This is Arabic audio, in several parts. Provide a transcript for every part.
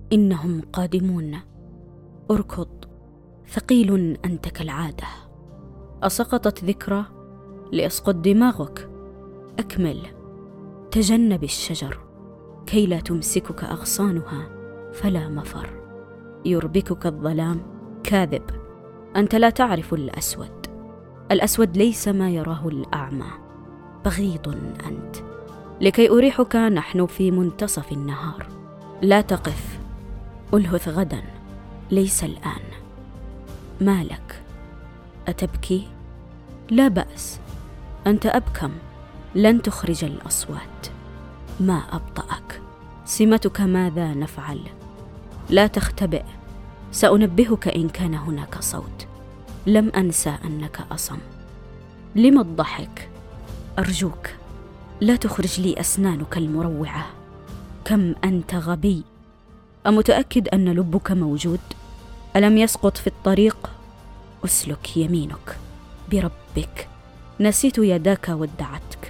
إنهم قادمون. اركض، ثقيل أنت كالعادة. أسقطت ذكرى ليسقط دماغك. أكمل، تجنب الشجر كي لا تمسكك أغصانها فلا مفر. يربكك الظلام. كاذب، أنت لا تعرف الأسود. الأسود ليس ما يراه الأعمى. بغيض أنت. لكي أريحك نحن في منتصف النهار. لا تقف، ألهث غدا ليس الآن. مالك؟ أتبكي؟ لا بأس، أنت أبكم، لن تخرج الأصوات. ما أبطأك، سمتك ماذا نفعل؟ لا تختبئ، سأنبهك إن كان هناك صوت. لم أنسى أنك أصم. لم الضحك؟ أرجوك لا تخرج لي أسنانك المروعة. كم أنت غبي. أمتأكد أن لبك موجود؟ ألم يسقط في الطريق؟ أسلك يمينك. بربك نسيت يداك ودعتك.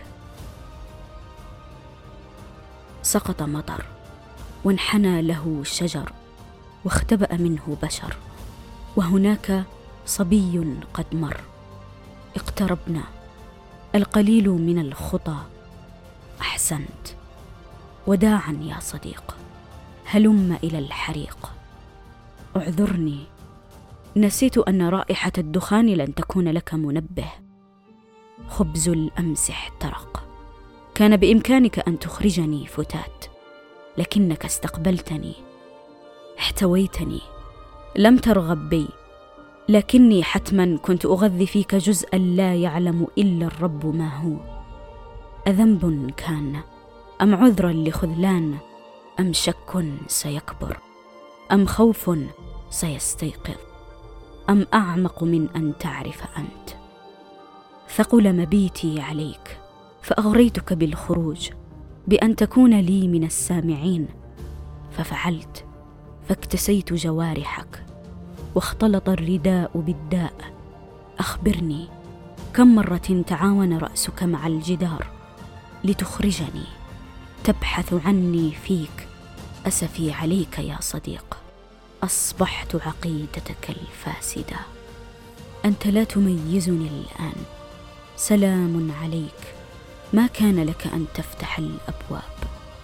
سقط مطر وانحنى له شجر واختبأ منه بشر، وهناك صبي قد مر. اقتربنا، القليل من الخطى. أحسنت. وداعا يا صديق، هلم إلى الحريق. اعذرني، نسيت أن رائحة الدخان لن تكون لك منبه. خبز الأمس احترق. كان بإمكانك أن تخرجني فتات، لكنك استقبلتني، احتويتني، لم ترغب بي، لكني حتما كنت أغذي فيك جزءا لا يعلم إلا الرب ما هو. أذنب كان، أم عذرا لخذلان، أم شك سيكبر، أم خوف سيستيقظ، أم أعمق من أن تعرف أنت؟ ثقل مبيتي عليك فأغريتك بالخروج، بأن تكون لي من السامعين، ففعلت، فاكتسيت جوارحك، واختلط الرداء بالداء. أخبرني، كم مرة تعاون رأسك مع الجدار لتخرجني؟ تبحث عني فيك. أسفي عليك يا صديق، أصبحت عقيدتك الفاسدة. أنت لا تميزني الآن. سلام عليك، ما كان لك أن تفتح الأبواب.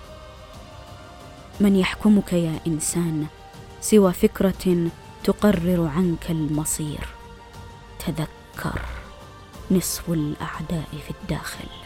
من يحكمك يا إنسان سوى فكرة تقرر عنك المصير؟ تذكر، نصف الأعداء في الداخل.